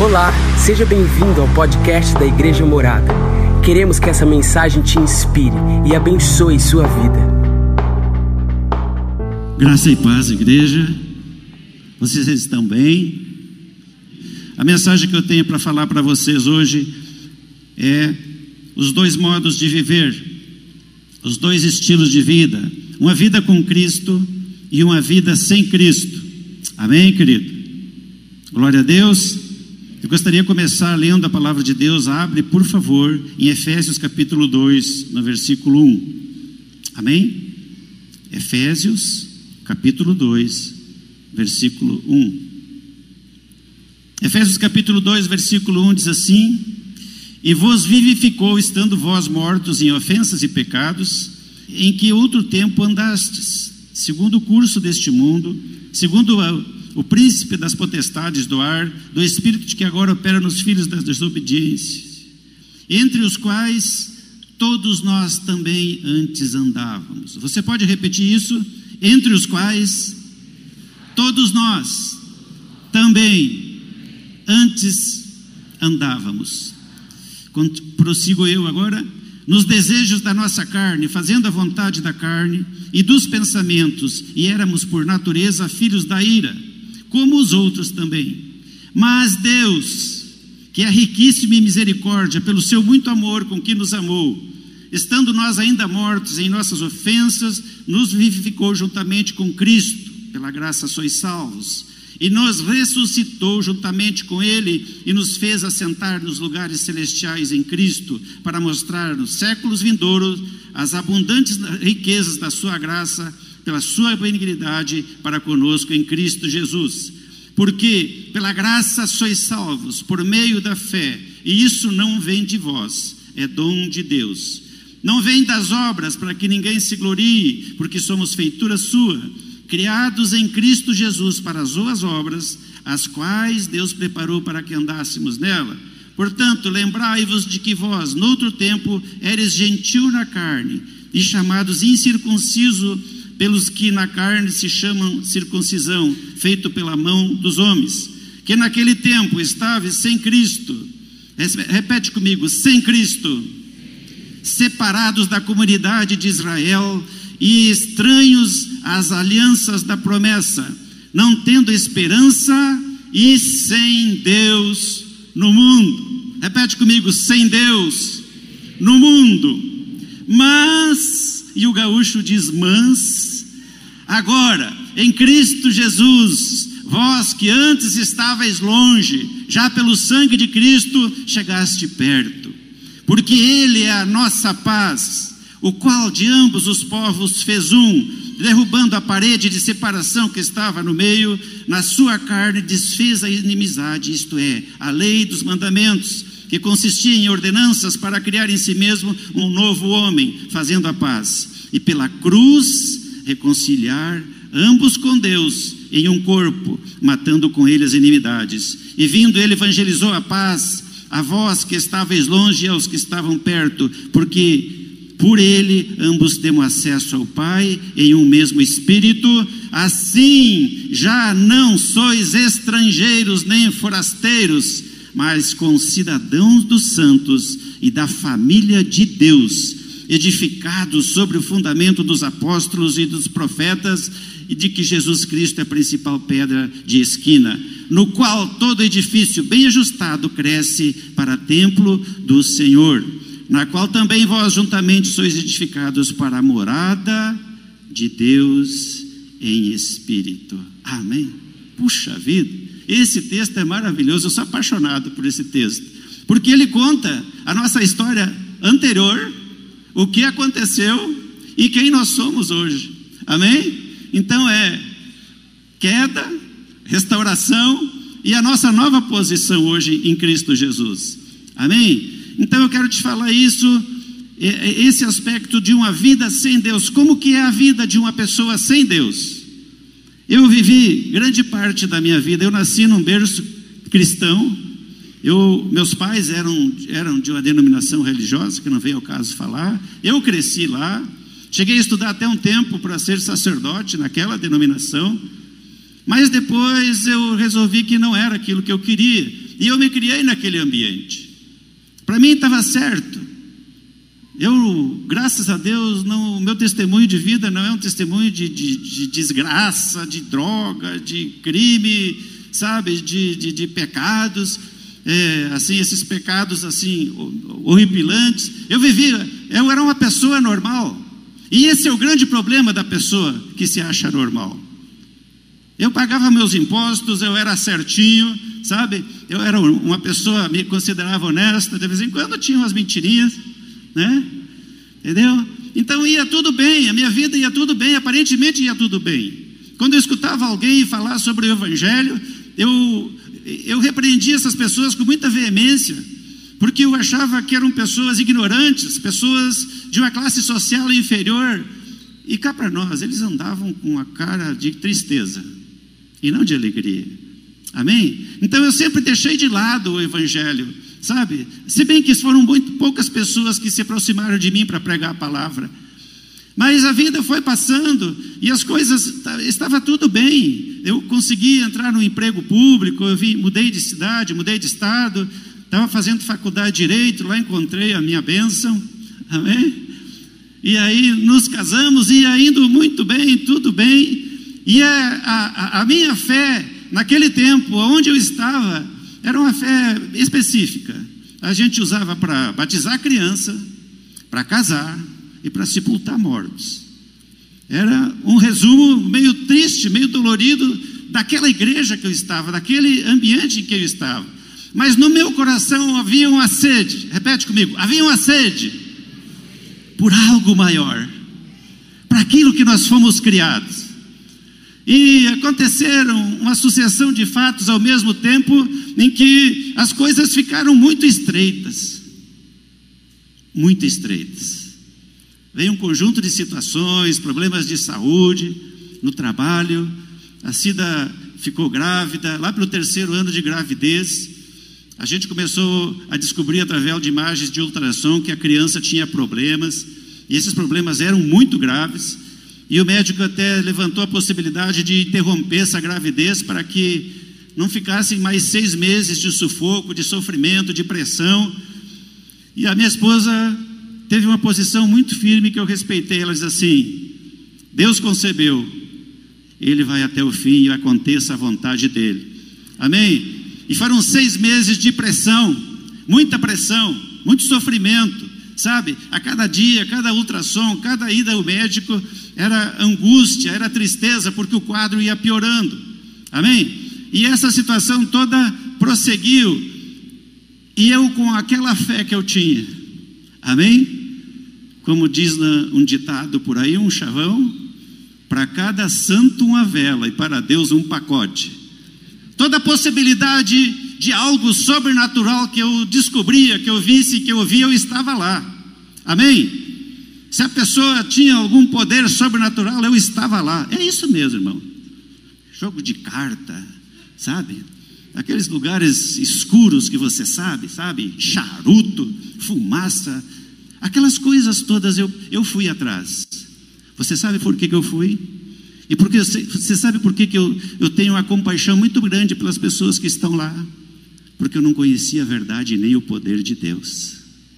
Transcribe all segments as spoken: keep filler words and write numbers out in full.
Olá, seja bem-vindo ao podcast da Igreja Morada. Queremos que essa mensagem te inspire e abençoe sua vida. Graça e paz, igreja. Vocês estão bem? A mensagem que eu tenho para falar para vocês hoje é os dois modos de viver, os dois estilos de vida, uma vida com Cristo e uma vida sem Cristo. Amém, querido? Glória a Deus. Eu gostaria de começar lendo a palavra de Deus. Abre, por favor, em Efésios capítulo dois, no versículo um. Amém? Efésios capítulo dois, versículo um. Efésios capítulo dois, versículo um diz assim: E vos vivificou, estando vós mortos em ofensas e pecados, em que outro tempo andastes, segundo o curso deste mundo, segundo a o príncipe das potestades do ar, do espírito que agora opera nos filhos da desobediência, entre os quais todos nós também antes andávamos. Você pode repetir isso? Entre os quais todos nós também antes andávamos. Prossigo eu agora. Nos desejos da nossa carne, fazendo a vontade da carne e dos pensamentos, e éramos por natureza filhos da ira, como os outros também. Mas Deus, que é riquíssimo em misericórdia, pelo seu muito amor com que nos amou, estando nós ainda mortos em nossas ofensas, nos vivificou juntamente com Cristo. Pela graça sois salvos. E nos ressuscitou juntamente com Ele e nos fez assentar nos lugares celestiais em Cristo, para mostrar nos séculos vindouros as abundantes riquezas da sua graça, pela sua benignidade para conosco em Cristo Jesus. Porque pela graça sois salvos, por meio da fé, e isso não vem de vós, é dom de Deus. Não vem das obras, para que ninguém se glorie, porque somos feitura sua, criados em Cristo Jesus para as boas obras, as quais Deus preparou para que andássemos nela. Portanto, lembrai-vos de que vós, noutro tempo, eres gentil na carne, e chamados incircunciso pelos que na carne se chamam circuncisão, feito pela mão dos homens, que naquele tempo estáveis sem Cristo, repete comigo, sem Cristo, separados da comunidade de Israel e estranhos às alianças da promessa, não tendo esperança e sem Deus no mundo. Repete comigo, sem Deus no mundo. Mas, e o gaúcho diz mas, agora, em Cristo Jesus, vós que antes estáveis longe, já pelo sangue de Cristo chegaste perto, porque Ele é a nossa paz, o qual de ambos os povos fez um, derrubando a parede de separação que estava no meio, na sua carne desfez a inimizade, isto é, a lei dos mandamentos, que consistia em ordenanças para criar em si mesmo um novo homem, fazendo a paz, e pela cruz reconciliar ambos com Deus em um corpo, matando com ele as inimidades. E vindo ele evangelizou a paz a vós que estáveis longe e aos que estavam perto, porque por ele ambos temos acesso ao Pai em um mesmo Espírito. Assim já não sois estrangeiros nem forasteiros, mas concidadãos dos santos e da família de Deus, edificados sobre o fundamento dos apóstolos e dos profetas, e de que Jesus Cristo é a principal pedra de esquina, no qual todo edifício bem ajustado cresce para templo do Senhor, na qual também vós juntamente sois edificados para a morada de Deus em Espírito. Amém? Puxa vida, esse texto é maravilhoso. Eu sou apaixonado por esse texto, porque ele conta a nossa história anterior, o que aconteceu e quem nós somos hoje. Amém? Então é queda, restauração e a nossa nova posição hoje em Cristo Jesus. Amém? Então eu quero te falar isso, esse aspecto de uma vida sem Deus. Como que é a vida de uma pessoa sem Deus? Eu vivi grande parte da minha vida, eu nasci num berço cristão. Eu, meus pais eram, eram de uma denominação religiosa, que não veio ao caso falar. Eu cresci lá, cheguei a estudar até um tempo para ser sacerdote naquela denominação, mas depois eu resolvi que não era aquilo que eu queria. e eu me criei naquele ambiente. Para mim estava certo. Eu, graças a Deus, o meu testemunho de vida não é um testemunho de, de, de desgraça, de droga, de crime, sabe, de, de, de pecados, é, assim, esses pecados assim, horripilantes. Eu vivia, eu era uma pessoa normal, e esse é o grande problema da pessoa que se acha normal. Eu pagava meus impostos, eu era certinho, sabe, eu era uma pessoa, me considerava honesta, de vez em quando tinha umas mentirinhas, né? Entendeu? Então ia tudo bem, a minha vida ia tudo bem, aparentemente ia tudo bem. Quando eu escutava alguém falar sobre o Evangelho, eu, eu repreendia essas pessoas com muita veemência, porque eu achava que eram pessoas ignorantes, pessoas de uma classe social inferior, e cá para nós, eles andavam com a cara de tristeza, e não de alegria. Amém? Então eu sempre deixei de lado o Evangelho, sabe? Se bem que foram muito poucas pessoas que se aproximaram de mim para pregar a palavra, mas a vida foi passando e as coisas, estava tudo bem. Eu consegui entrar no emprego público, eu vim, mudei de cidade, mudei de estado, estava fazendo faculdade de Direito, lá encontrei a minha bênção, amém? E aí nos casamos, ia indo muito bem, tudo bem, e a, a, a minha fé, naquele tempo, onde eu estava, era uma fé específica. A gente usava para batizar criança, para casar e para sepultar mortos. Era um resumo meio triste, meio dolorido daquela igreja que eu estava, daquele ambiente em que eu estava. Mas no meu coração havia uma sede, repete comigo, havia uma sede por algo maior, para aquilo que nós fomos criados. E aconteceram uma sucessão de fatos ao mesmo tempo em que as coisas ficaram muito estreitas, muito estreitas. Veio um conjunto de situações, problemas de saúde, no trabalho, a Cida ficou grávida, lá pelo terceiro ano de gravidez, a gente começou a descobrir através de imagens de ultrassom que a criança tinha problemas, e esses problemas eram muito graves, e o médico até levantou a possibilidade de interromper essa gravidez para que não ficassem mais seis meses de sufoco, de sofrimento, de pressão. E a minha esposa teve uma posição muito firme que eu respeitei. Ela diz assim: Deus concebeu, Ele vai até o fim e aconteça a vontade dEle. Amém? E foram seis meses de pressão, muita pressão, muito sofrimento, sabe? A cada dia, cada ultrassom, cada ida ao médico, era angústia, era tristeza, porque o quadro ia piorando. Amém? E essa situação toda prosseguiu, e eu com aquela fé que eu tinha, amém? Como diz um ditado por aí, um chavão, para cada santo uma vela, e para Deus um pacote. Toda possibilidade de algo sobrenatural que eu descobria, que eu visse, que eu ouvia, eu estava lá, amém? Se a pessoa tinha algum poder sobrenatural, eu estava lá. É isso mesmo, irmão. Jogo de carta, sabe? Aqueles lugares escuros que você sabe, sabe? Charuto, fumaça, aquelas coisas todas eu, eu fui atrás. Você sabe por que, que eu fui? E porque você, você sabe por que, que eu, eu tenho uma compaixão muito grande pelas pessoas que estão lá? Porque eu não conhecia a verdade nem o poder de Deus.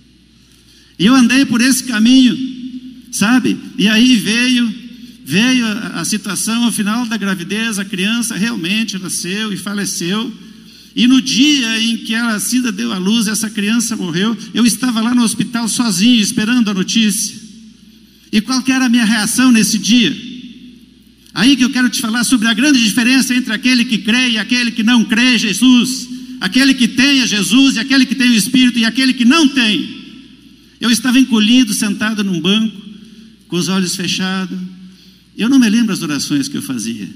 E eu andei por esse caminho, sabe? E aí veio, veio a, a situação, ao final da gravidez, a criança realmente nasceu e faleceu. E no dia em que a Cida deu à luz, essa criança morreu, eu estava lá no hospital sozinho, esperando a notícia. E qual que era a minha reação nesse dia? Aí que eu quero te falar sobre a grande diferença entre aquele que crê e aquele que não crê em Jesus, aquele que tem a Jesus e aquele que tem o Espírito e aquele que não tem. Eu estava encolhido, sentado num banco, com os olhos fechados. Eu não me lembro as orações que eu fazia,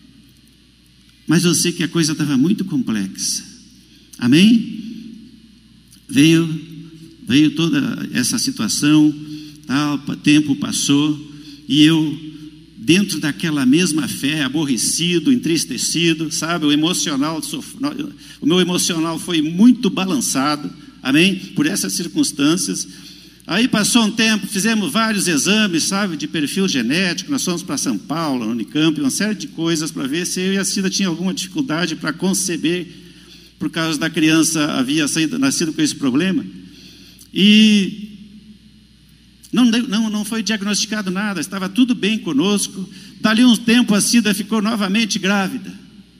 mas eu sei que a coisa estava muito complexa. Amém? Veio, veio toda essa situação, tal, tempo passou, e eu, dentro daquela mesma fé, aborrecido, entristecido, sabe, o emocional, o meu emocional foi muito balançado, amém? Por essas circunstâncias. Aí passou um tempo, fizemos vários exames, sabe, de perfil genético, nós fomos para São Paulo, no Unicamp, uma série de coisas para ver se eu e a Cida tinha alguma dificuldade para conceber por causa da criança havia saído, nascido com esse problema. E não, não, não foi diagnosticado nada, estava tudo bem conosco. Dali um tempo a Cida ficou novamente grávida.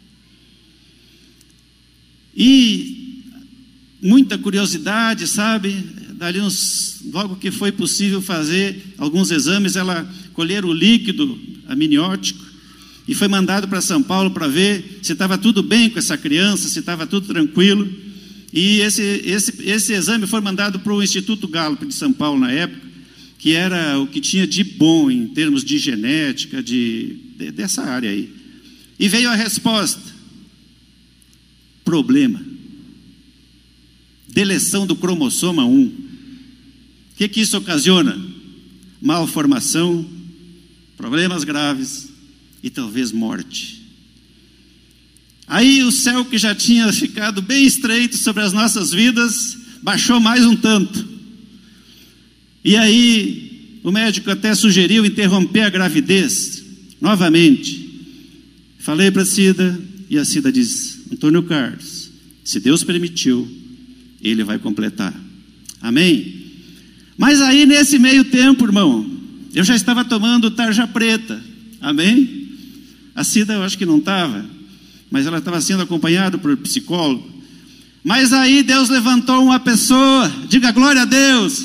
E muita curiosidade, sabe? Dali uns, logo que foi possível fazer alguns exames, ela colher o líquido amniótico e foi mandado para São Paulo para ver se estava tudo bem com essa criança, se estava tudo tranquilo. E esse, esse, esse exame foi mandado para o Instituto Gallup de São Paulo na época, que era o que tinha de bom em termos de genética, de, de, dessa área aí. E veio a resposta: problema. Deleção do cromossoma um. O que, que isso ocasiona? Malformação, problemas graves e talvez morte. Aí o céu, que já tinha ficado bem estreito sobre as nossas vidas, baixou mais um tanto. E aí o médico até sugeriu interromper a gravidez novamente. Falei para a Cida, e a Cida diz: Antônio Carlos, se Deus permitiu, Ele vai completar. Amém? Mas aí nesse meio tempo, irmão, eu já estava tomando tarja preta. Amém? A Cida eu acho que não estava, mas ela estava sendo acompanhada por psicólogo. Mas aí Deus levantou uma pessoa, diga glória a Deus.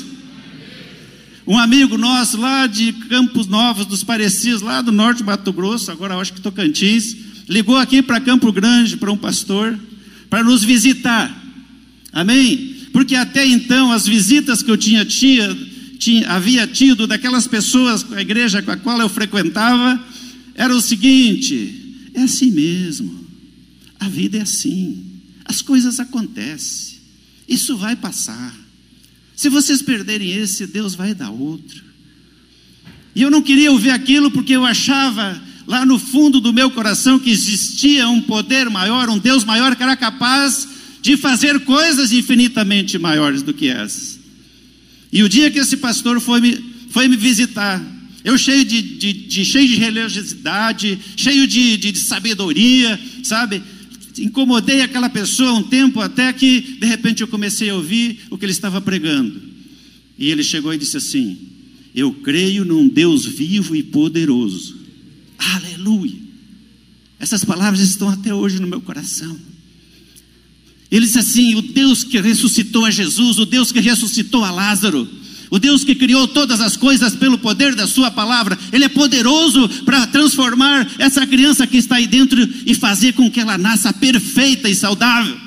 Um amigo nosso lá de Campos Novos, dos Parecidos, lá do norte de Mato Grosso, agora eu acho que Tocantins, ligou aqui para Campo Grande, para um pastor, para nos visitar. Amém? Porque até então as visitas que eu tinha, tinha, tinha havia tido daquelas pessoas, a igreja com a qual eu frequentava, era o seguinte: é assim mesmo, a vida é assim, as coisas acontecem, isso vai passar. Se vocês perderem esse, Deus vai dar outro. E eu não queria ouvir aquilo, porque eu achava lá no fundo do meu coração que existia um poder maior, um Deus maior, que era capaz de fazer coisas infinitamente maiores do que essas. E o dia que esse pastor foi me, foi me visitar, eu cheio de, de, de, cheio de religiosidade, cheio de, de, de sabedoria, sabe? Incomodei aquela pessoa um tempo, até que de repente eu comecei a ouvir o que ele estava pregando. E ele chegou e disse assim: eu creio num Deus vivo e poderoso. Aleluia! Essas palavras estão até hoje no meu coração. Ele disse assim: o Deus que ressuscitou a Jesus, o Deus que ressuscitou a Lázaro, o Deus que criou todas as coisas pelo poder da sua palavra, Ele é poderoso para transformar essa criança que está aí dentro e fazer com que ela nasça perfeita e saudável.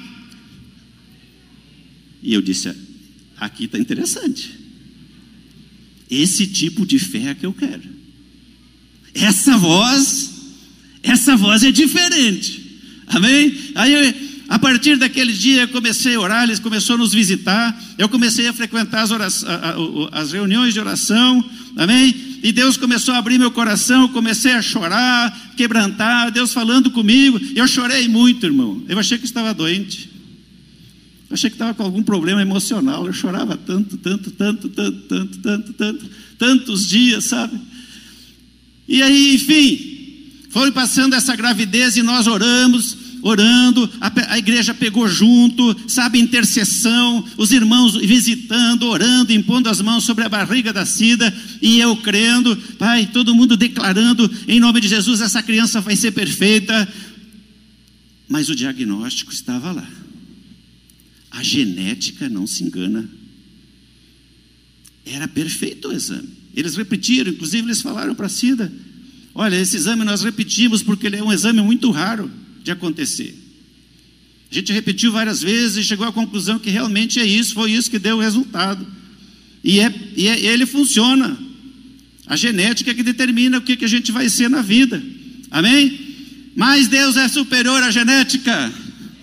E eu disse: aqui está interessante. Esse tipo de fé é que eu quero. Essa voz, essa voz é diferente. Amém? Aí eu... A partir daquele dia eu comecei a orar, eles começaram a nos visitar, eu comecei a frequentar as, oração, as reuniões de oração, amém? E Deus começou a abrir meu coração, eu comecei a chorar, quebrantar, Deus falando comigo. Eu chorei muito, irmão. Eu achei que estava doente, eu achei que estava com algum problema emocional. Eu chorava tanto, tanto, tanto, tanto, tanto, tanto, tanto, tantos dias, sabe? E aí, enfim, foi passando essa gravidez e nós oramos, orando, a, a igreja pegou junto, sabe, intercessão, os irmãos visitando, orando, impondo as mãos sobre a barriga da Cida, e eu crendo, Pai, todo mundo declarando, em nome de Jesus, essa criança vai ser perfeita. Mas o diagnóstico estava lá. A genética não se engana. Era perfeito o exame. Eles repetiram, inclusive eles falaram para a Cida: olha, esse exame nós repetimos porque ele é um exame muito raro de acontecer. A gente repetiu várias vezes e chegou à conclusão que realmente é isso, foi isso que deu o resultado. E, é, e é, ele funciona. A genética é que determina o que, que a gente vai ser na vida. Amém? Mas Deus é superior à genética.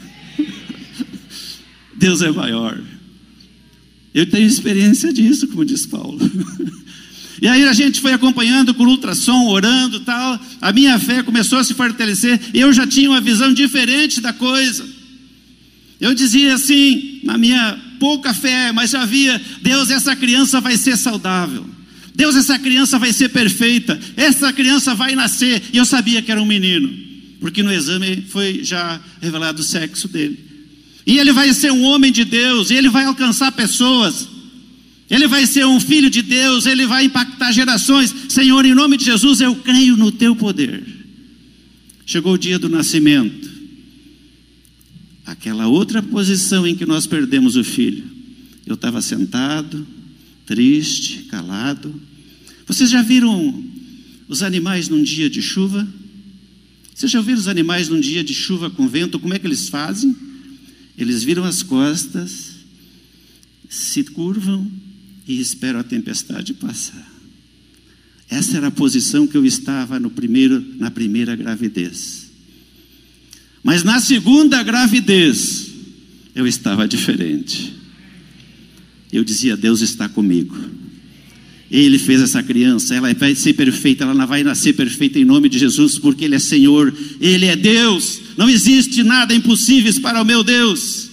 Deus é maior. Eu tenho experiência disso, como diz Paulo. E aí a gente foi acompanhando com ultrassom, orando e tal. A minha fé começou a se fortalecer. E eu já tinha uma visão diferente da coisa. Eu dizia assim, na minha pouca fé, mas já via: Deus, essa criança vai ser saudável. Deus, essa criança vai ser perfeita. Essa criança vai nascer. E eu sabia que era um menino, porque no exame foi já revelado o sexo dele. E ele vai ser um homem de Deus, e ele vai alcançar pessoas. Ele vai ser um filho de Deus, ele vai impactar gerações. Senhor, em nome de Jesus, eu creio no teu poder. Chegou o dia do nascimento. Aquela outra posição em que nós perdemos o filho. Eu estava sentado, triste, calado. Vocês já viram os animais num dia de chuva? Vocês já viram os animais num dia de chuva com vento? Como é que eles fazem? Eles viram as costas, se curvam e esperam a tempestade passar. Essa era a posição que eu estava no primeiro, na primeira gravidez. Mas na segunda gravidez, eu estava diferente. Eu dizia, Deus está comigo. Ele fez essa criança, ela vai ser perfeita, ela não vai nascer perfeita em nome de Jesus, porque Ele é Senhor, Ele é Deus. Não existe nada impossível para o meu Deus.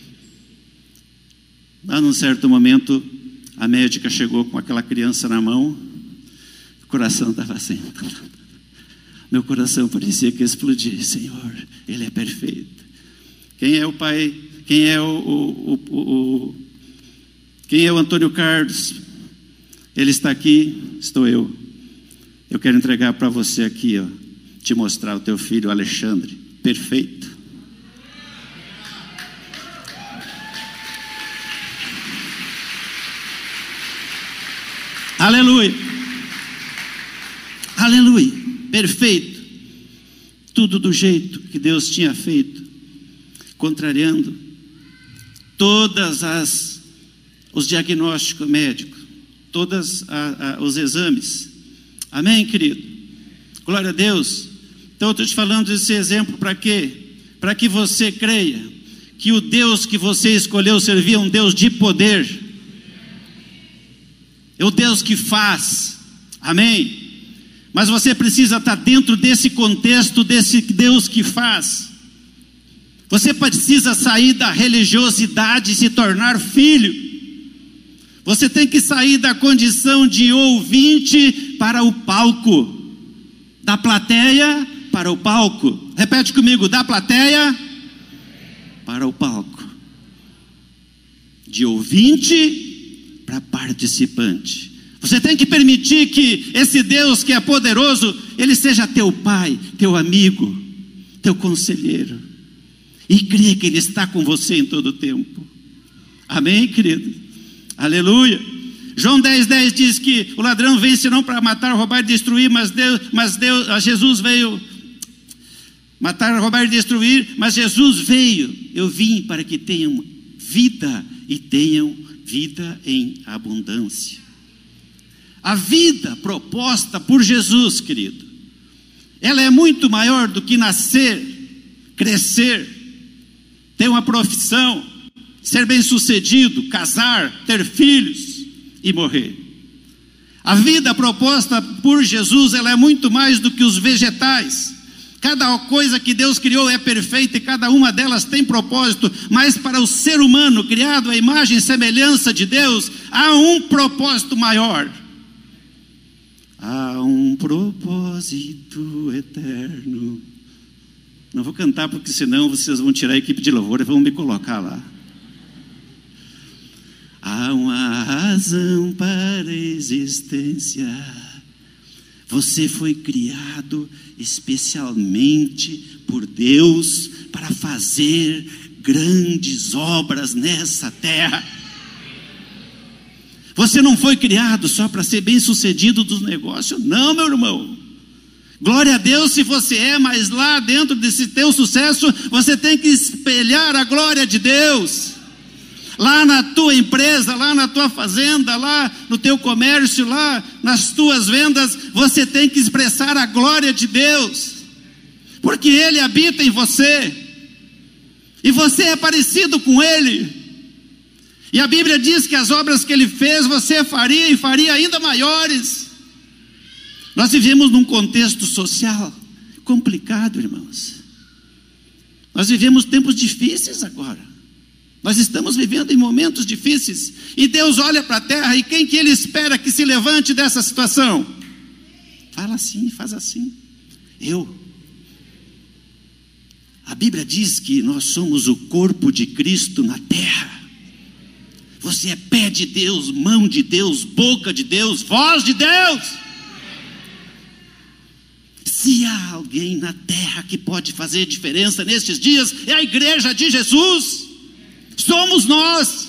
Lá num certo momento, a médica chegou com aquela criança na mão, o coração estava assim, meu coração parecia que ia explodir. Senhor, Ele é perfeito. Quem é o pai? Quem é o, o, o, o quem é o Antônio Carlos? Ele está aqui, estou eu. Eu quero entregar para você aqui, ó, te mostrar o teu filho Alexandre, perfeito. Aleluia. Aleluia. Perfeito. Tudo do jeito que Deus tinha feito, contrariando todas as os diagnósticos médicos, todos os exames. Amém, querido? Glória a Deus. Então eu estou te falando desse exemplo para quê? Para que você creia que o Deus que você escolheu servir é um Deus de poder. É o Deus que faz. Amém? Mas você precisa estar dentro desse contexto, desse Deus que faz. Você precisa sair da religiosidade e se tornar filho. Você tem que sair da condição de ouvinte para o palco, da plateia para o palco. Repete comigo, da plateia para o palco, de ouvinte para participante. Você tem que permitir que esse Deus que é poderoso, Ele seja teu pai, teu amigo, teu conselheiro, e crer que Ele está com você em todo o tempo. Amém, querido? Aleluia. João dez, dez diz que o ladrão vem senão para matar, roubar e destruir, mas Deus, mas Deus, Jesus veio matar, roubar e destruir, mas Jesus veio, eu vim para que tenham vida e tenham vida em abundância. A vida proposta por Jesus, querido, ela é muito maior do que nascer, crescer, ter uma profissão, ser bem-sucedido, casar, ter filhos e morrer. A vida proposta por Jesus, ela é muito mais do que os vegetais. Cada coisa que Deus criou é perfeita e cada uma delas tem propósito, mas para o ser humano criado à imagem e semelhança de Deus, há um propósito maior. Há um propósito eterno. Não vou cantar porque senão vocês vão tirar a equipe de louvor e vão me colocar lá. Há uma razão para a existência. Você foi criado especialmente por Deus para fazer grandes obras nessa terra. Você não foi criado só para ser bem sucedido dos negócios, não, meu irmão. Glória a Deus se você é, mas lá dentro desse teu sucesso, você tem que espelhar a glória de Deus. Lá na tua empresa, lá na tua fazenda, lá no teu comércio, lá nas tuas vendas, você tem que expressar a glória de Deus, porque Ele habita em você, e você é parecido com Ele, e a Bíblia diz que as obras que Ele fez, você faria e faria ainda maiores. Nós vivemos num contexto social complicado, irmãos. Nós vivemos tempos difíceis agora. Nós estamos vivendo em momentos difíceis, e Deus olha para a terra, e quem que Ele espera que se levante dessa situação? Fala assim, faz assim. Eu. A Bíblia diz que nós somos o corpo de Cristo na terra. Você é pé de Deus, mão de Deus, boca de Deus, voz de Deus. Se há alguém na terra que pode fazer diferença nestes dias, é a igreja de Jesus. Somos nós.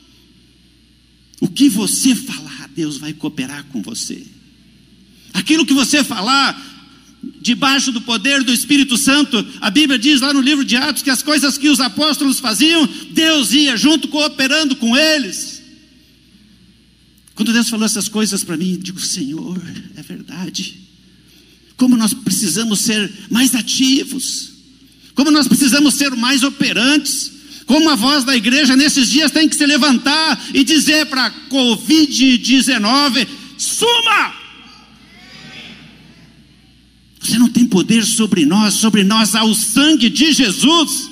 O que você falar, Deus vai cooperar com você. Aquilo que você falar, debaixo do poder do Espírito Santo, a Bíblia diz lá no livro de Atos que as coisas que os apóstolos faziam, Deus ia junto cooperando com eles. Quando Deus falou essas coisas para mim, eu digo: Senhor, é verdade. Como nós precisamos ser mais ativos, como nós precisamos ser mais operantes, como a voz da igreja nesses dias tem que se levantar e dizer para a covid dezenove: suma! Você não tem poder sobre nós, sobre nós há o sangue de Jesus.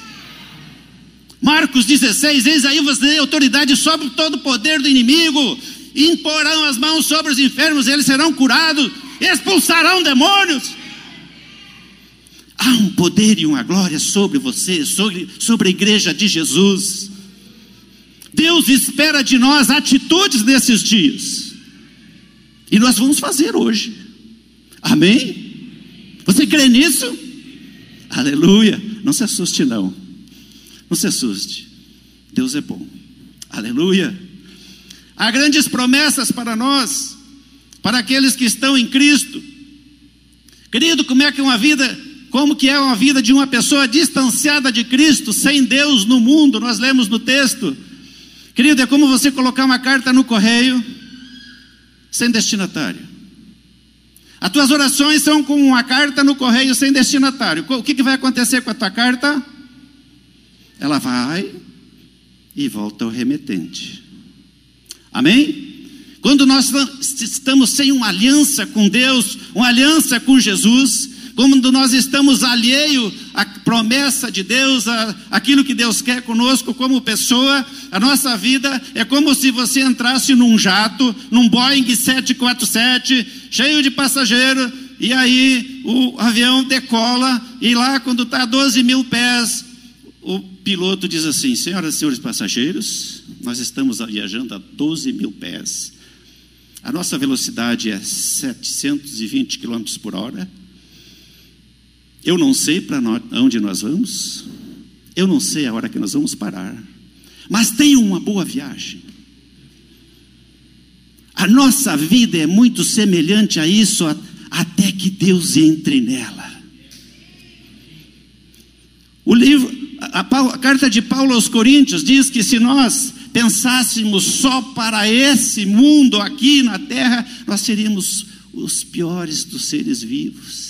Marcos dezesseis, eis aí você tem autoridade sobre todo o poder do inimigo, imporão as mãos sobre os enfermos, eles serão curados, expulsarão demônios. Há um poder e uma glória sobre você, sobre, sobre a igreja de Jesus. Deus espera de nós atitudes nesses dias, e nós vamos fazer hoje. Amém? Você crê nisso? Aleluia. Não se assuste não, não se assuste, Deus é bom. Aleluia. Há grandes promessas para nós, para aqueles que estão em Cristo. Querido, como é que uma vida, como que é uma vida de uma pessoa distanciada de Cristo, sem Deus no mundo? Nós lemos no texto. Querido, é como você colocar uma carta no correio sem destinatário. As tuas orações são como uma carta no correio sem destinatário. O que, que vai acontecer com a tua carta? Ela vai e volta ao remetente. Amém? Quando nós estamos sem uma aliança com Deus, uma aliança com Jesus, quando nós estamos alheio à promessa de Deus, à, àquilo que Deus quer conosco como pessoa, a nossa vida é como se você entrasse num jato, num Boeing sete quatro sete, cheio de passageiros, e aí o avião decola, e lá quando está a doze mil pés, o piloto diz assim: senhoras e senhores passageiros, nós estamos viajando a doze mil pés, a nossa velocidade é setecentos e vinte quilômetros por hora, eu não sei para onde nós vamos, eu não sei a hora que nós vamos parar, mas tenham uma boa viagem. A nossa vida é muito semelhante a isso, até que Deus entre nela. O livro, a, a carta de Paulo aos Coríntios diz que se nós pensássemos só para esse mundo aqui na terra, nós seríamos os piores dos seres vivos.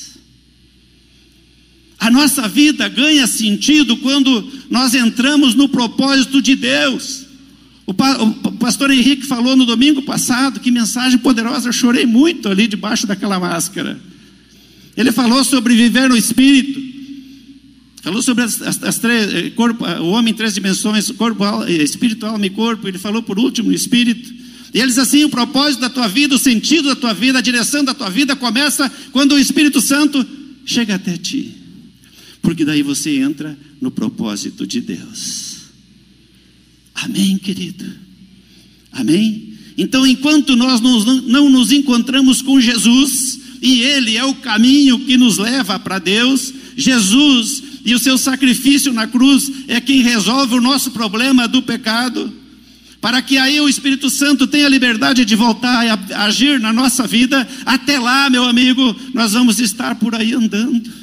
A nossa vida ganha sentido quando nós entramos no propósito de Deus. O, pa, o pastor Henrique falou no domingo passado, que mensagem poderosa, eu chorei muito ali debaixo daquela máscara. Ele falou sobre viver no Espírito, falou sobre as, as, as três, corpo, o homem em três dimensões, corpo, espírito, alma e corpo. Ele falou por último no Espírito. E ele diz assim: o propósito da tua vida, o sentido da tua vida, a direção da tua vida começa quando o Espírito Santo chega até ti. Porque daí você entra no propósito de Deus. Amém, querido? Amém? Então, enquanto nós não, não nos encontramos com Jesus, e Ele é o caminho que nos leva para Deus, Jesus e o seu sacrifício na cruz é quem resolve o nosso problema do pecado, para que aí o Espírito Santo tenha liberdade de voltar a agir na nossa vida. Até lá, meu amigo, nós vamos estar por aí andando,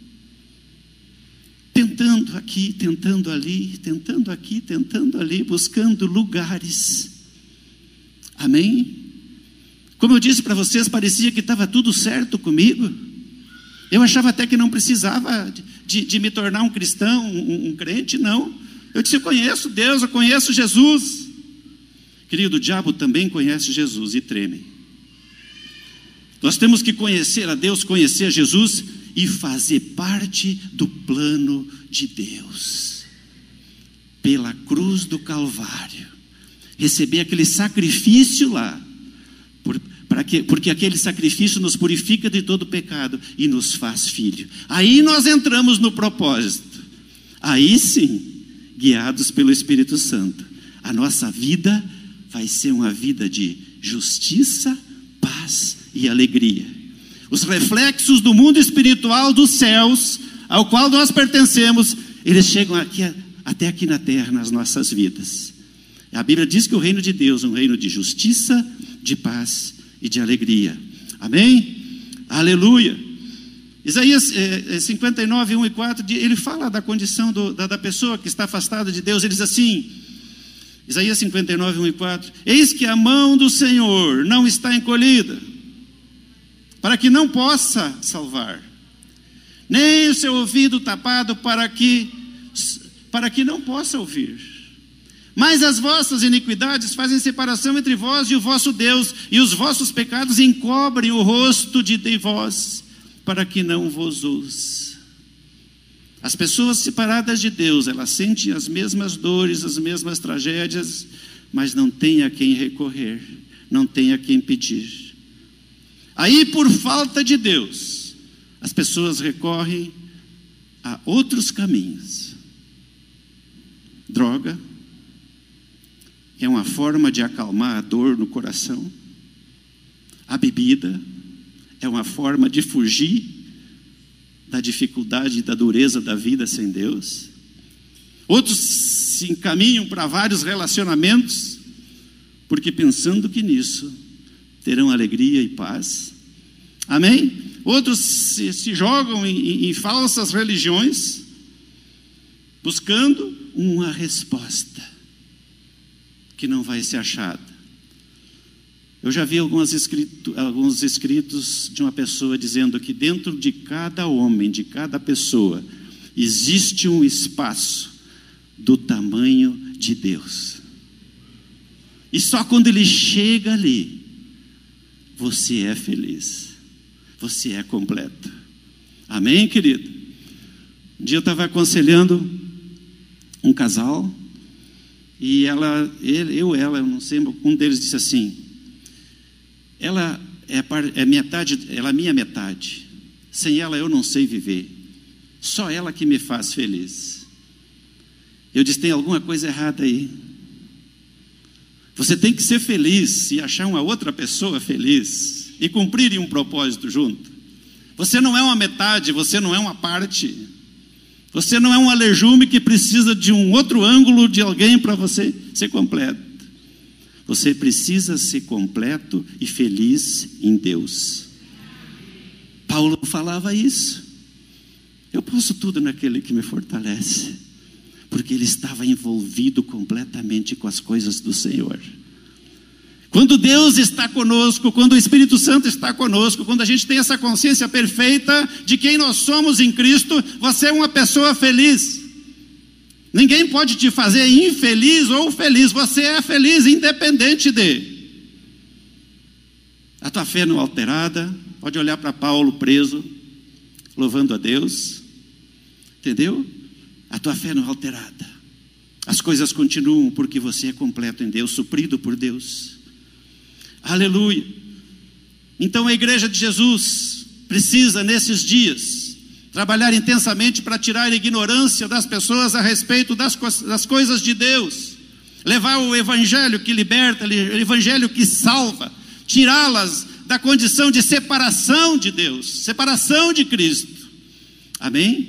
tentando aqui, tentando ali, tentando aqui, tentando ali, buscando lugares. Amém? Como eu disse para vocês, parecia que estava tudo certo comigo. Eu achava até que não precisava de, de me tornar um cristão, um, um crente, não. Eu disse: eu conheço Deus, eu conheço Jesus. Querido, o diabo também conhece Jesus e treme. Nós temos que conhecer a Deus, conhecer a Jesus e fazer parte do plano de Deus. Pela cruz do Calvário, receber aquele sacrifício lá, para que, porque aquele sacrifício nos purifica de todo pecado e nos faz filho. Aí nós entramos no propósito. Aí sim, guiados pelo Espírito Santo, a nossa vida vai ser uma vida de justiça, paz e alegria. Os reflexos do mundo espiritual dos céus, ao qual nós pertencemos, eles chegam aqui, até aqui na terra, nas nossas vidas. A Bíblia diz que o reino de Deus é um reino de justiça, de paz e de alegria. Amém? Aleluia! Isaías é, cinquenta e nove, um e quatro, ele fala da condição do, da, da pessoa que está afastada de Deus. Ele diz assim, Isaías cinquenta e nove, um e quatro: eis que a mão do Senhor não está encolhida, para que não possa salvar, nem o seu ouvido tapado para que, para que não possa ouvir. Mas as vossas iniquidades fazem separação entre vós e o vosso Deus, e os vossos pecados encobrem o rosto de, de vós, para que não vos ouça. As pessoas separadas de Deus, elas sentem as mesmas dores, as mesmas tragédias, mas não tem a quem recorrer, não tem a quem pedir. Aí, por falta de Deus, as pessoas recorrem a outros caminhos. Droga é uma forma de acalmar a dor no coração. A bebida é uma forma de fugir da dificuldade e da dureza da vida sem Deus. Outros se encaminham para vários relacionamentos, porque pensando que nisso terão alegria e paz. Amém? Outros se, se jogam em, em, em falsas religiões, buscando uma resposta que não vai ser achada. Eu já vi algumas escrito, alguns escritos de uma pessoa dizendo que dentro de cada homem, de cada pessoa, existe um espaço do tamanho de Deus. E só quando ele chega ali, você é feliz, você é completo. Amém, querido? Um dia eu estava aconselhando um casal, e ela, ele, eu, ela, eu não sei, um deles disse assim: ela é, é metade, ela é minha metade. Sem ela eu não sei viver. Só ela que me faz feliz. Eu disse: tem alguma coisa errada aí. Você tem que ser feliz e achar uma outra pessoa feliz e cumprirem um propósito junto. Você não é uma metade, você não é uma parte. Você não é um aleijome que precisa de um outro ângulo de alguém para você ser completo. Você precisa ser completo e feliz em Deus. Paulo falava isso. Eu posso tudo naquele que me fortalece, porque ele estava envolvido completamente com as coisas do Senhor. Quando Deus está conosco, quando o Espírito Santo está conosco, quando a gente tem essa consciência perfeita de quem nós somos em Cristo, você é uma pessoa feliz. Ninguém pode te fazer infeliz ou feliz. Você é feliz, independente de. A tua fé não é alterada. Pode olhar para Paulo preso, louvando a Deus. Entendeu? A tua fé não é alterada. As coisas continuam porque você é completo em Deus, suprido por Deus. Aleluia. Então a igreja de Jesus precisa, nesses dias, trabalhar intensamente para tirar a ignorância das pessoas a respeito das, das coisas de Deus, levar o evangelho que liberta, o evangelho que salva, tirá-las da condição de separação de Deus, separação de Cristo. Amém?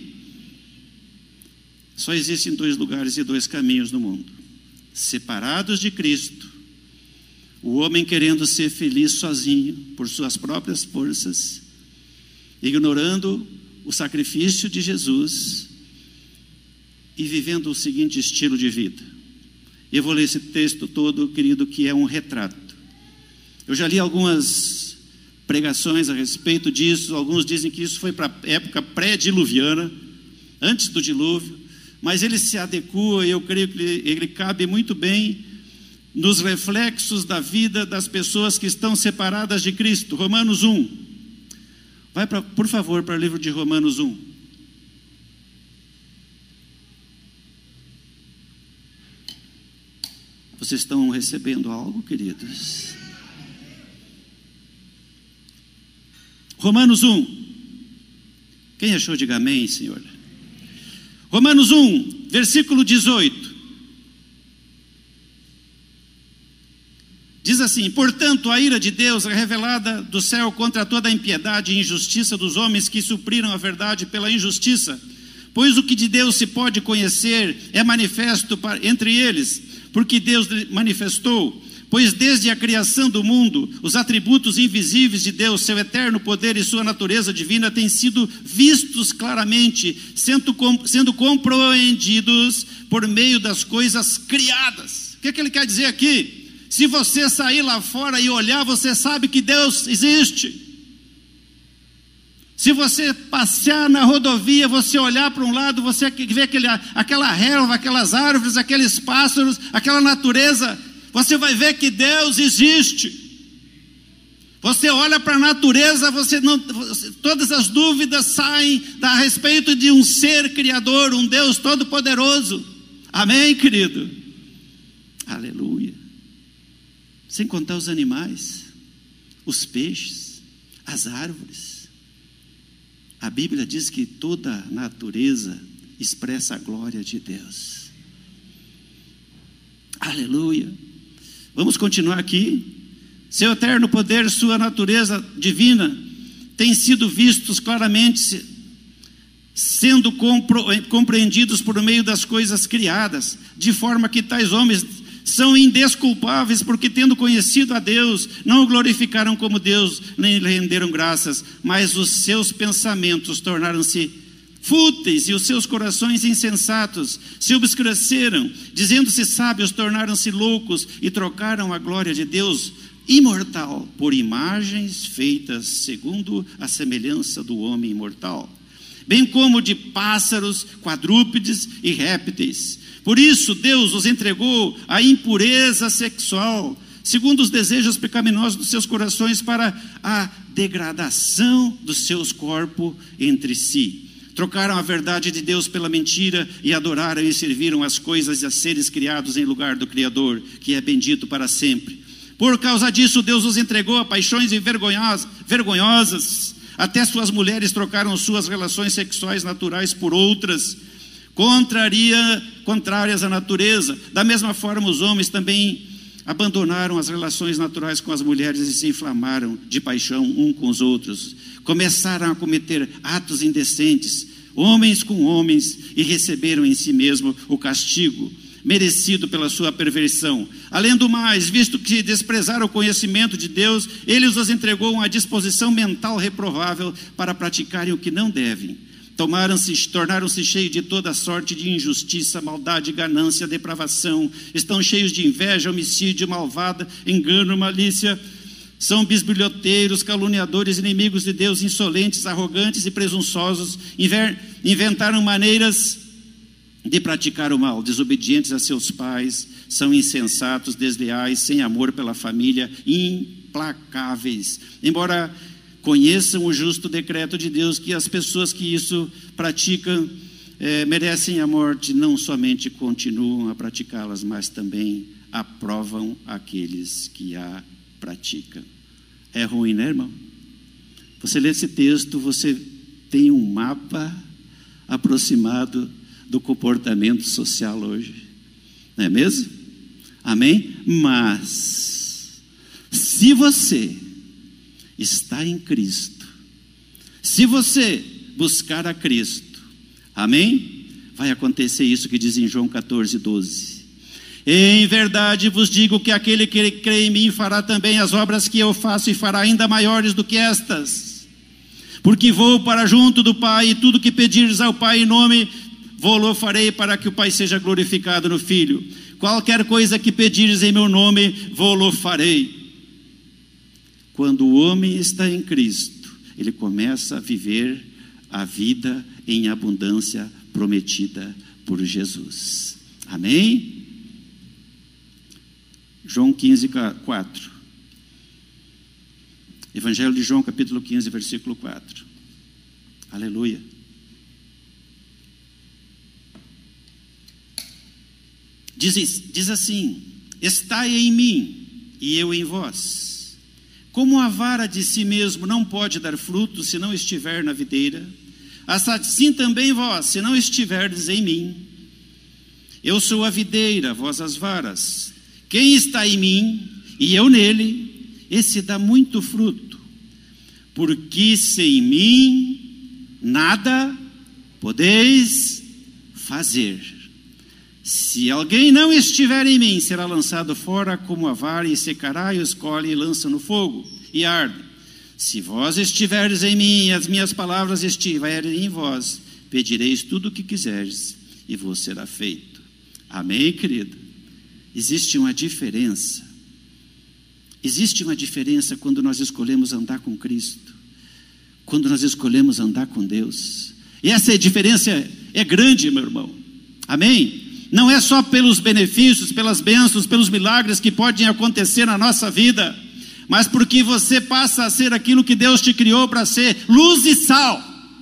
Só existem dois lugares e dois caminhos no mundo: separados de Cristo, o homem querendo ser feliz sozinho, por suas próprias forças, ignorando o sacrifício de Jesus e vivendo o seguinte estilo de vida. Eu vou ler esse texto todo, querido, que é um retrato. Eu já li algumas pregações a respeito disso. Alguns dizem que isso foi para a época pré-diluviana, antes do dilúvio, mas ele se adequa, e eu creio que ele, ele cabe muito bem nos reflexos da vida das pessoas que estão separadas de Cristo. Romanos um. Vai, pra, por favor, para o livro de Romanos um. Vocês estão recebendo algo, queridos? Romanos um. Quem achou, diga amém, Senhor. Romanos um, versículo dezoito. Diz assim: portanto, a ira de Deus é revelada do céu contra toda a impiedade e injustiça dos homens que supriram a verdade pela injustiça. Pois o que de Deus se pode conhecer é manifesto entre eles, porque Deus manifestou. Pois desde a criação do mundo, os atributos invisíveis de Deus, seu eterno poder e sua natureza divina têm sido vistos claramente, sendo, sendo compreendidos por meio das coisas criadas. O que é que ele quer dizer aqui? Se você sair lá fora e olhar, você sabe que Deus existe. Se você passear na rodovia, você olhar para um lado, você vê aquele, aquela relva, aquelas árvores, aqueles pássaros, aquela natureza, você vai ver que Deus existe. Você olha para a natureza, você não, você, todas as dúvidas saem a respeito de um ser criador, um Deus todo-poderoso. Amém, querido? Aleluia. Sem contar os animais, os peixes, as árvores. A Bíblia diz que toda a natureza expressa a glória de Deus. Aleluia. Vamos continuar aqui. Seu eterno poder, sua natureza divina, têm sido vistos claramente, sendo compreendidos por meio das coisas criadas, de forma que tais homens são indesculpáveis, porque tendo conhecido a Deus, não o glorificaram como Deus, nem lhe renderam graças, mas os seus pensamentos tornaram-se fúteis e os seus corações insensatos se obscureceram, dizendo-se sábios, tornaram-se loucos e trocaram a glória de Deus imortal por imagens feitas segundo a semelhança do homem imortal, bem como de pássaros, quadrúpedes e répteis. Por isso Deus os entregou à impureza sexual, segundo os desejos pecaminosos dos seus corações, para a degradação dos seus corpos entre si. Trocaram a verdade de Deus pela mentira e adoraram e serviram as coisas e a seres criados em lugar do Criador, que é bendito para sempre. Por causa disso, Deus os entregou a paixões vergonhosas, vergonhosas. Até suas mulheres trocaram suas relações sexuais naturais por outras, contraria, contrárias à natureza. Da mesma forma, os homens também abandonaram as relações naturais com as mulheres e se inflamaram de paixão um com os outros. Começaram a cometer atos indecentes, homens com homens, e receberam em si mesmo o castigo merecido pela sua perversão. Além do mais, visto que desprezaram o conhecimento de Deus, Ele os entregou a uma disposição mental reprovável para praticarem o que não devem. Tomaram-se, tornaram-se cheios de toda sorte de injustiça, maldade, ganância, depravação. Estão cheios de inveja, homicídio, malvada, engano, malícia. São bisbilhoteiros, caluniadores, inimigos de Deus, insolentes, arrogantes e presunçosos. Inventaram maneiras de praticar o mal, desobedientes a seus pais, são insensatos, desleais, sem amor pela família, implacáveis. Embora conheçam o justo decreto de Deus, que as pessoas que isso praticam é, merecem a morte, não somente continuam a praticá-las, mas também aprovam aqueles que a praticam. É ruim, né, irmão? Você lê esse texto, você tem um mapa aproximado do comportamento social hoje, não é mesmo? Amém? Mas se você está em Cristo, se você buscar a Cristo, amém? Vai acontecer isso que diz em João catorze, doze. Em verdade vos digo que aquele que crê em mim fará também as obras que eu faço, e fará ainda maiores do que estas, porque vou para junto do Pai, e tudo que pedires ao Pai em nome vou-lo farei, para que o Pai seja glorificado no Filho. Qualquer coisa que pedires em meu nome, vou-lo farei. Quando o homem está em Cristo, ele começa a viver a vida em abundância prometida por Jesus. Amém? João quinze, quatro. Evangelho de João, capítulo quinze, versículo quatro. Aleluia. Diz, diz assim: estai em mim e eu em vós. Como a vara de si mesmo não pode dar fruto se não estiver na videira, assim também vós, se não estiverdes em mim. Eu sou a videira, vós as varas. Quem está em mim e eu nele, esse dá muito fruto, porque sem mim nada podeis fazer. Se alguém não estiver em mim, será lançado fora como a vara e secará, e escolhe e lança no fogo e arde. Se vós estiveres em mim e as minhas palavras estiverem em vós, pedireis tudo o que quiseres e vos será feito. Amém, querido? Existe uma diferença. Existe uma diferença quando nós escolhemos andar com Cristo, quando nós escolhemos andar com Deus. E essa diferença é grande, meu irmão. Amém? Não é só pelos benefícios, pelas bênçãos, pelos milagres que podem acontecer na nossa vida, mas porque você passa a ser aquilo que Deus te criou para ser, luz e sal.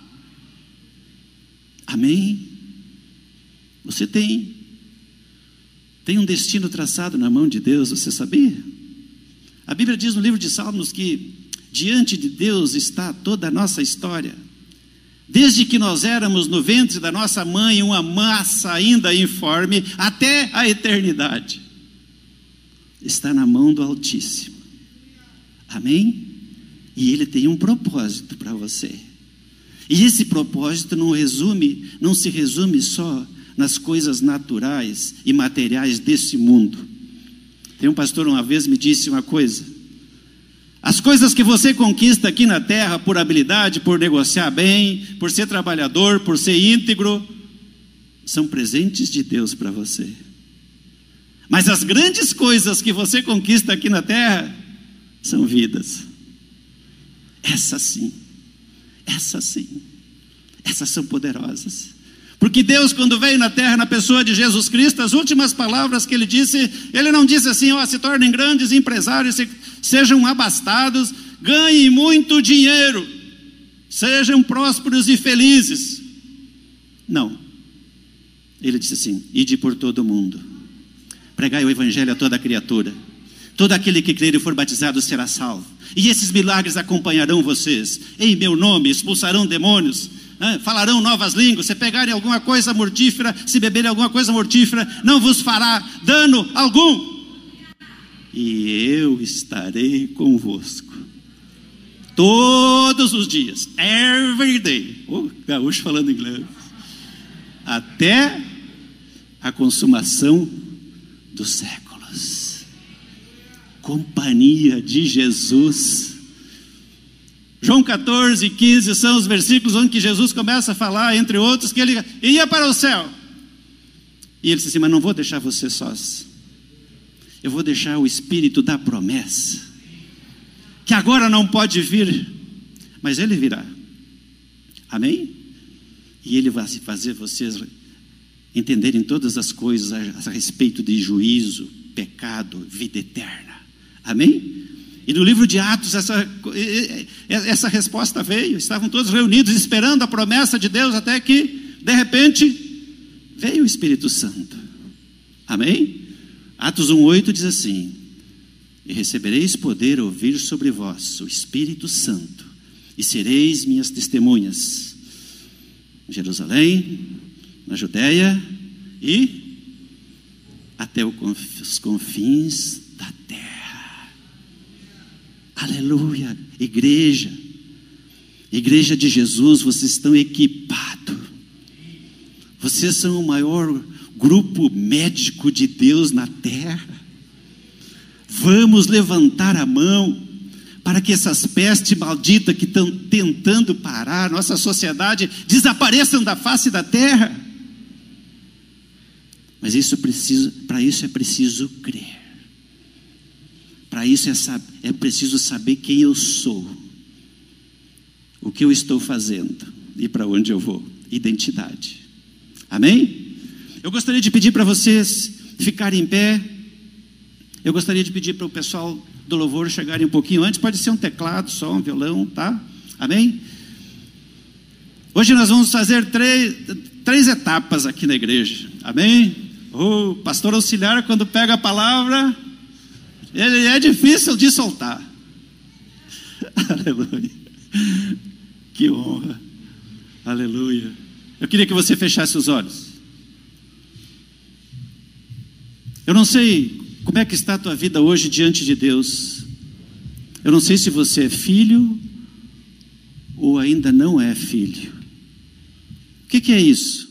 Amém? Você tem, tem um destino traçado na mão de Deus, você sabia? A Bíblia diz no livro de Salmos que diante de Deus está toda a nossa história. Desde que nós éramos no ventre da nossa mãe, uma massa ainda informe, até a eternidade, está na mão do Altíssimo. Amém? E Ele tem um propósito para você. E esse propósito não resume, não se resume só nas coisas naturais e materiais desse mundo. Tem um pastor uma vez me disse uma coisa: as coisas que você conquista aqui na terra por habilidade, por negociar bem, por ser trabalhador, por ser íntegro, são presentes de Deus para você. Mas as grandes coisas que você conquista aqui na terra são vidas. Essas sim, essas sim, essas são poderosas. Porque Deus, quando veio na terra na pessoa de Jesus Cristo, as últimas palavras que Ele disse, Ele não disse assim: ó, se tornem grandes empresários, se, sejam abastados, ganhem muito dinheiro, sejam prósperos e felizes. Não. Ele disse assim: ide por todo o mundo, pregai o evangelho a toda criatura. Todo aquele que crer e for batizado será salvo. E esses milagres acompanharão vocês. Em meu nome expulsarão demônios, falarão novas línguas. Se pegarem alguma coisa mortífera, se beberem alguma coisa mortífera, não vos fará dano algum. E eu estarei convosco todos os dias, every day. O gaúcho falando inglês. Até a consumação dos séculos. Companhia de Jesus. João catorze, quinze são os versículos onde que Jesus começa a falar, entre outros, que ele ia para o céu. E ele disse assim: mas não vou deixar você sós. Eu vou deixar o Espírito da promessa, que agora não pode vir, mas ele virá. Amém? E ele vai fazer vocês entenderem todas as coisas a, a respeito de juízo, pecado, vida eterna. Amém? E no livro de Atos essa, essa resposta veio. Estavam todos reunidos esperando a promessa de Deus, até que de repente veio o Espírito Santo. Amém? Atos um, oito diz assim: e recebereis poder a ouvir sobre vós o Espírito Santo, e sereis minhas testemunhas em Jerusalém, na Judéia e até os confins da terra. Aleluia. Igreja, igreja de Jesus, vocês estão equipados. Vocês são o maior grupo médico de Deus na terra. Vamos levantar a mão para que essas pestes malditas que estão tentando parar nossa sociedade desapareçam da face da terra. Mas isso preciso, para isso é preciso crer. Para isso é, é preciso saber quem eu sou, o que eu estou fazendo e para onde eu vou. Identidade. Amém? Eu gostaria de pedir para vocês ficarem em pé. Eu gostaria de pedir para o pessoal do louvor chegarem um pouquinho antes. Pode ser um teclado só, um violão, tá? Amém? Hoje nós vamos fazer três, três etapas aqui na igreja. Amém? O pastor auxiliar, quando pega a palavra, ele é difícil de soltar. Aleluia. Que honra. Aleluia. Eu queria que você fechasse os olhos. Eu não sei como é que está a tua vida hoje diante de Deus. Eu não sei se você é filho ou ainda não é filho. O que, que é isso?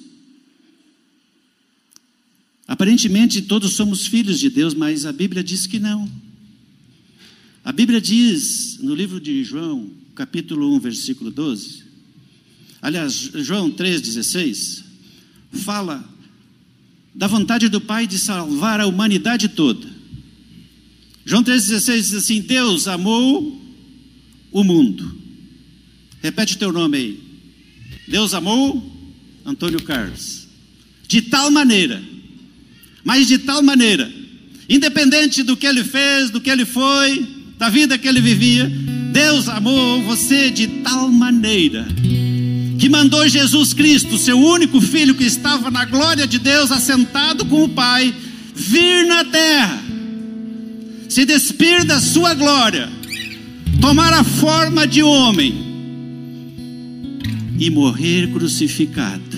Aparentemente todos somos filhos de Deus, mas a Bíblia diz que não. A Bíblia diz no livro de João, capítulo um, versículo doze. Aliás, João três, dezesseis, fala da vontade do Pai de salvar a humanidade toda. João três, dezesseis diz assim: Deus amou o mundo. Repete o teu nome aí. Deus amou Antônio Carlos. De tal maneira, mas de tal maneira, independente do que ele fez, do que ele foi, da vida que ele vivia, Deus amou você de tal maneira que mandou Jesus Cristo, seu único filho que estava na glória de Deus, assentado com o Pai, vir na terra, se despir da sua glória, tomar a forma de homem e morrer crucificado,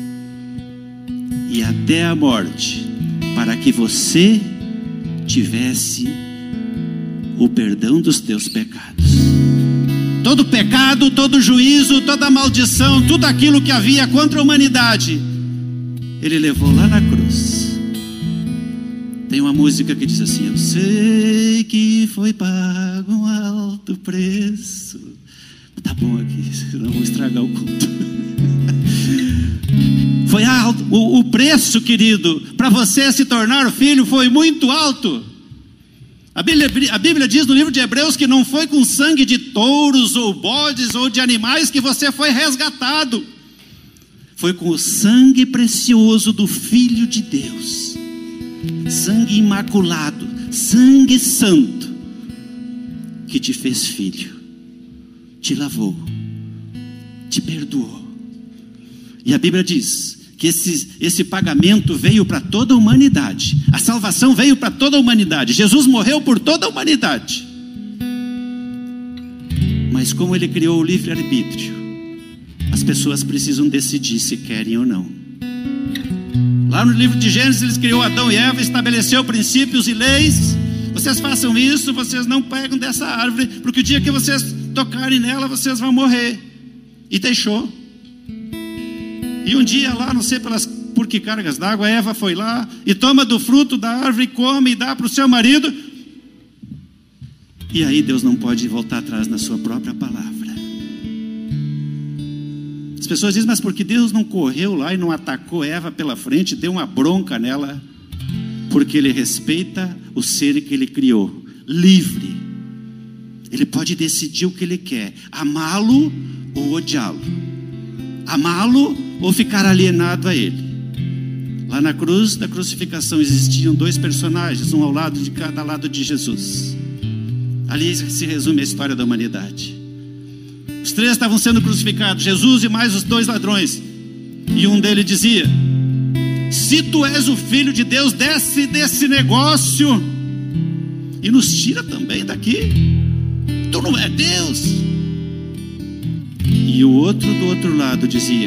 e até a morte, para que você tivesse o perdão dos teus pecados. Todo pecado, todo juízo, toda maldição, tudo aquilo que havia contra a humanidade, Ele levou lá na cruz. Tem uma música que diz assim: eu sei que foi pago um alto preço. Tá bom aqui, senão vou estragar o culto. Foi alto, o, o preço, querido, para você se tornar filho foi muito alto. A Bíblia, a Bíblia diz no livro de Hebreus que não foi com sangue de touros ou bodes ou de animais que você foi resgatado. Foi com o sangue precioso do Filho de Deus. Sangue imaculado, sangue santo, que te fez filho, te lavou, te perdoou. E a Bíblia diz que esse, esse pagamento veio para toda a humanidade. A salvação veio para toda a humanidade. Jesus morreu por toda a humanidade. Mas como Ele criou o livre-arbítrio, as pessoas precisam decidir se querem ou não. Lá no livro de Gênesis, Ele criou Adão e Eva, estabeleceu princípios e leis. Vocês façam isso, vocês não pegam dessa árvore, porque o dia que vocês tocarem nela, vocês vão morrer. E deixou. E um dia lá, não sei pelas, por que cargas d'água, Eva foi lá e toma do fruto da árvore, come e dá para o seu marido. E aí Deus não pode voltar atrás na sua própria palavra. As pessoas dizem: mas por que Deus não correu lá e não atacou Eva pela frente, deu uma bronca nela? Porque Ele respeita o ser que Ele criou, livre. Ele pode decidir o que Ele quer: amá-lo ou odiá-lo, amá-lo ou ficar alienado a Ele. Lá na cruz da crucificação existiam dois personagens, um ao lado de cada lado de Jesus. Ali se resume a história da humanidade. Os três estavam sendo crucificados, Jesus e mais os dois ladrões. E um deles dizia: se tu és o Filho de Deus, desce desse negócio e nos tira também daqui. Tu não é Deus. E o outro do outro lado dizia: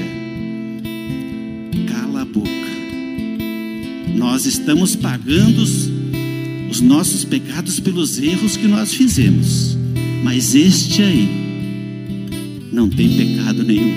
cala a boca, nós estamos pagando os, os nossos pecados pelos erros que nós fizemos, mas este aí não tem pecado nenhum.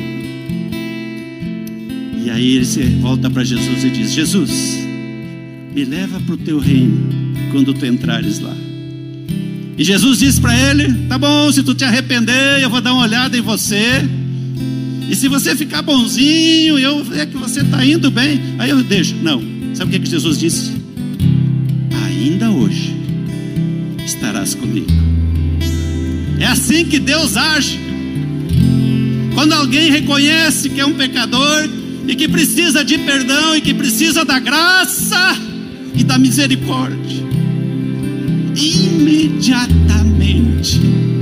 E aí ele volta para Jesus e diz: Jesus, me leva para o teu reino quando tu entrares lá. E Jesus disse para ele: tá bom, se tu te arrepender, eu vou dar uma olhada em você. E se você ficar bonzinho, eu ver que você está indo bem, aí eu deixo. Não, sabe o que, que Jesus disse? Ainda hoje estarás comigo. É assim que Deus age. Quando alguém reconhece que é um pecador e que precisa de perdão e que precisa da graça e da misericórdia, imediatamente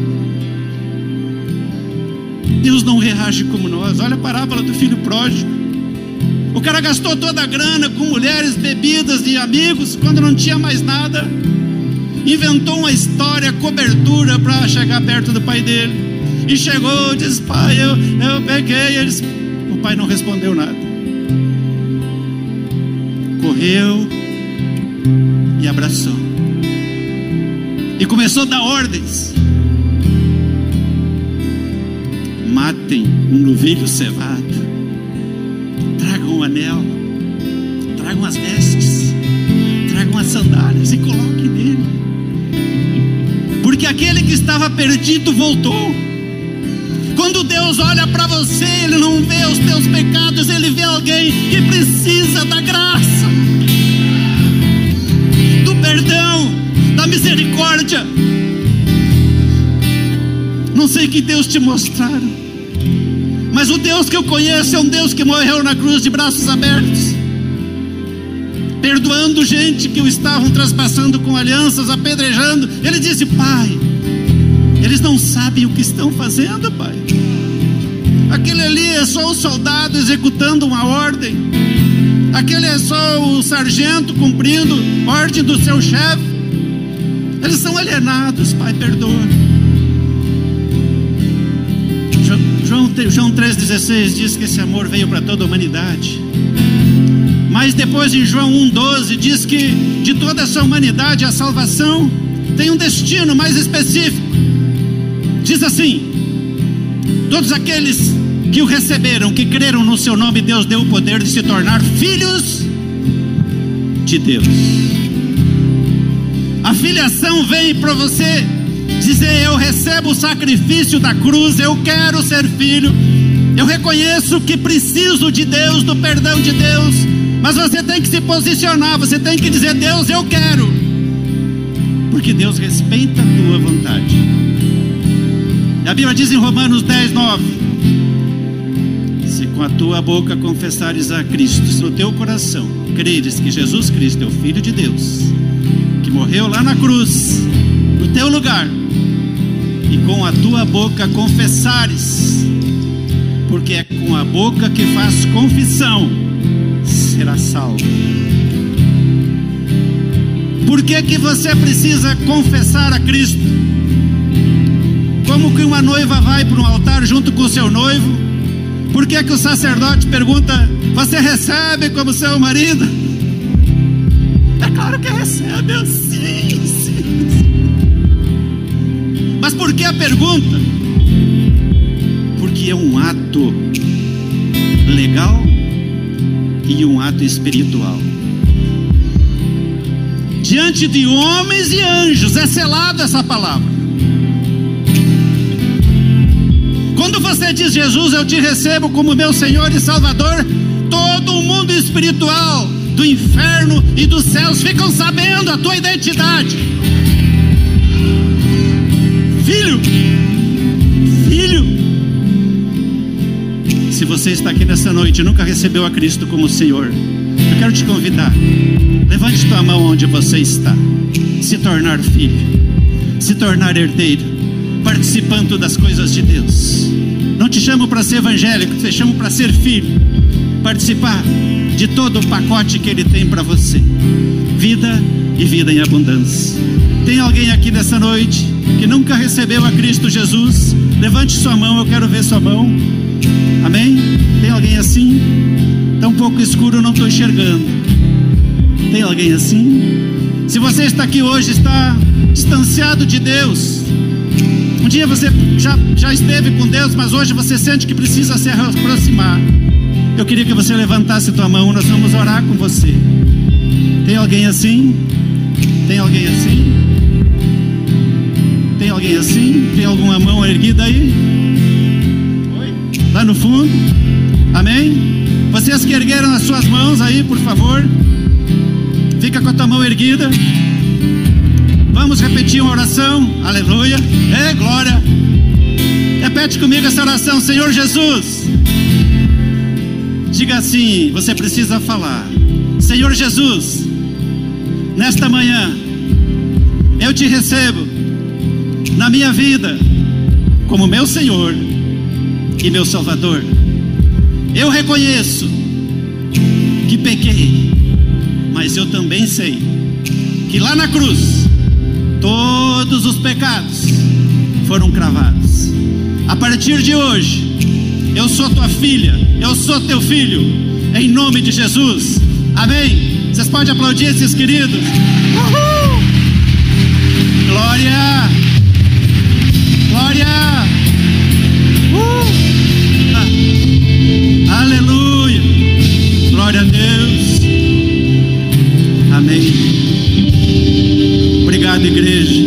Deus não reage como nós. Olha a parábola do filho pródigo. O cara gastou toda a grana com mulheres, bebidas e amigos quando não tinha mais nada. inventou uma história, cobertura para chegar perto do pai dele. E chegou e disse: pai, eu, eu peguei. Eles... O pai não respondeu nada. Correu e abraçou. E começou a dar ordens: matem um novilho cevado, tragam um anel, tragam as vestes, tragam as sandálias e coloquem nele, porque aquele que estava perdido voltou. Quando Deus olha para você, Ele não vê os teus pecados, Ele vê alguém que precisa da graça, do perdão, da misericórdia. Não sei que Deus te mostraram, mas o Deus que eu conheço é um Deus que morreu na cruz de braços abertos, perdoando gente que o estavam traspassando com alianças, apedrejando. Ele disse: pai, eles não sabem o que estão fazendo, pai. Aquele ali é só o soldado executando uma ordem, aquele é só o sargento cumprindo ordem do seu chefe. Eles são alienados, pai, perdoa. João, João três dezesseis diz que esse amor veio para toda a humanidade. Mas depois em João um doze diz que de toda essa humanidade a salvação tem um destino mais específico. Diz assim: todos aqueles que o receberam, que creram no seu nome, Deus deu o poder de se tornar filhos de Deus. A filiação vem para você dizer: eu recebo o sacrifício da cruz, eu quero ser filho, eu reconheço que preciso de Deus, do perdão de Deus. Mas você tem que se posicionar, você tem que dizer: Deus, eu quero, porque Deus respeita a tua vontade. A Bíblia diz em Romanos dez, nove: se com a tua boca confessares a Cristo, se no teu coração creres que Jesus Cristo é o Filho de Deus, que morreu lá na cruz, no teu lugar, e com a tua boca confessares, porque é com a boca que faz confissão, será salvo. Por que que você precisa confessar a Cristo? Como que uma noiva vai para um altar junto com o seu noivo? Por que que o sacerdote pergunta: você recebe como seu marido? É claro que recebe, eu sim, sim. Mas por que a pergunta? Porque é um ato legal e um ato espiritual. Diante de homens e anjos é selada essa palavra. Quando você diz: Jesus, eu te recebo como meu Senhor e Salvador, todo o mundo espiritual do inferno e dos céus ficam sabendo a tua identidade. Filho, filho. Se você está aqui nessa noite e nunca recebeu a Cristo como Senhor, eu quero te convidar: levante tua mão onde você está. Se tornar filho, se tornar herdeiro, participando das coisas de Deus. Não te chamo para ser evangélico, te chamo para ser filho, participar de todo o pacote que Ele tem para você, vida e vida em abundância. Tem alguém aqui nessa noite que nunca recebeu a Cristo Jesus? Levante sua mão, eu quero ver sua mão. Amém? Tem alguém assim? Está um pouco escuro, eu não estou enxergando. Tem alguém assim? Se você está aqui hoje, está distanciado de Deus, um dia você já, já esteve com Deus, mas hoje você sente que precisa se aproximar, eu queria que você levantasse tua mão, nós vamos orar com você. Tem alguém assim? Tem alguém assim? Tem alguém assim? Tem alguma mão erguida aí? Oi? Lá no fundo? Amém? Vocês que ergueram as suas mãos aí, por favor, fica com a tua mão erguida. Vamos repetir uma oração. Aleluia. É glória. Repete comigo essa oração. Senhor Jesus, diga assim, você precisa falar: Senhor Jesus, nesta manhã eu te recebo na minha vida como meu Senhor e meu Salvador. Eu reconheço que pequei, mas eu também sei que lá na cruz todos os pecados foram cravados. A partir de hoje, eu sou tua filha, eu sou teu filho, em nome de Jesus. Amém? Vocês podem aplaudir esses queridos? Uhul! Glória! Glória! Uh! Ah. Aleluia! Glória a Deus! Amém. Obrigado, igreja.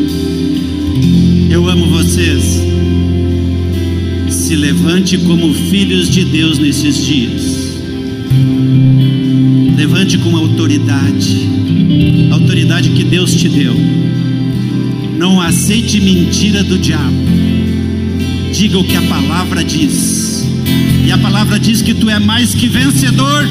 Eu amo vocês. Se levante como filhos de Deus nesses dias. Levante com autoridade, a autoridade que Deus te deu. Não aceite mentira do diabo. Diga o que a palavra diz. E a palavra diz que tu é mais que vencedor.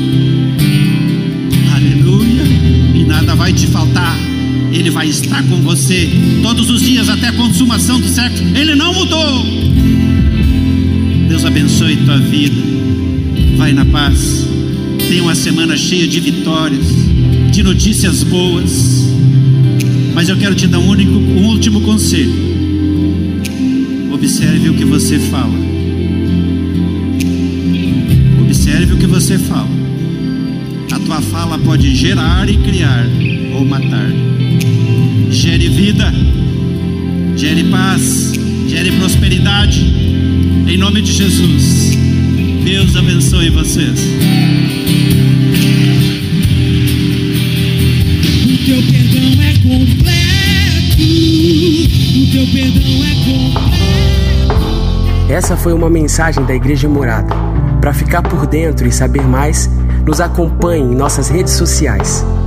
Aleluia. E nada vai te faltar. Ele vai estar com você todos os dias até a consumação do século. Ele não mudou. Deus abençoe tua vida. Vai na paz. Tenha uma semana cheia de vitórias, de notícias boas. Mas eu quero te dar um, único, um último conselho. Observe o que você fala. Observe o que você fala. A tua fala pode gerar e criar ou matar. Gere vida, gere paz, gere prosperidade. Em nome de Jesus. Deus abençoe vocês. O teu perdão é completo. O teu perdão é completo. Essa foi uma mensagem da Igreja Morada. Para ficar por dentro e saber mais, nos acompanhe em nossas redes sociais.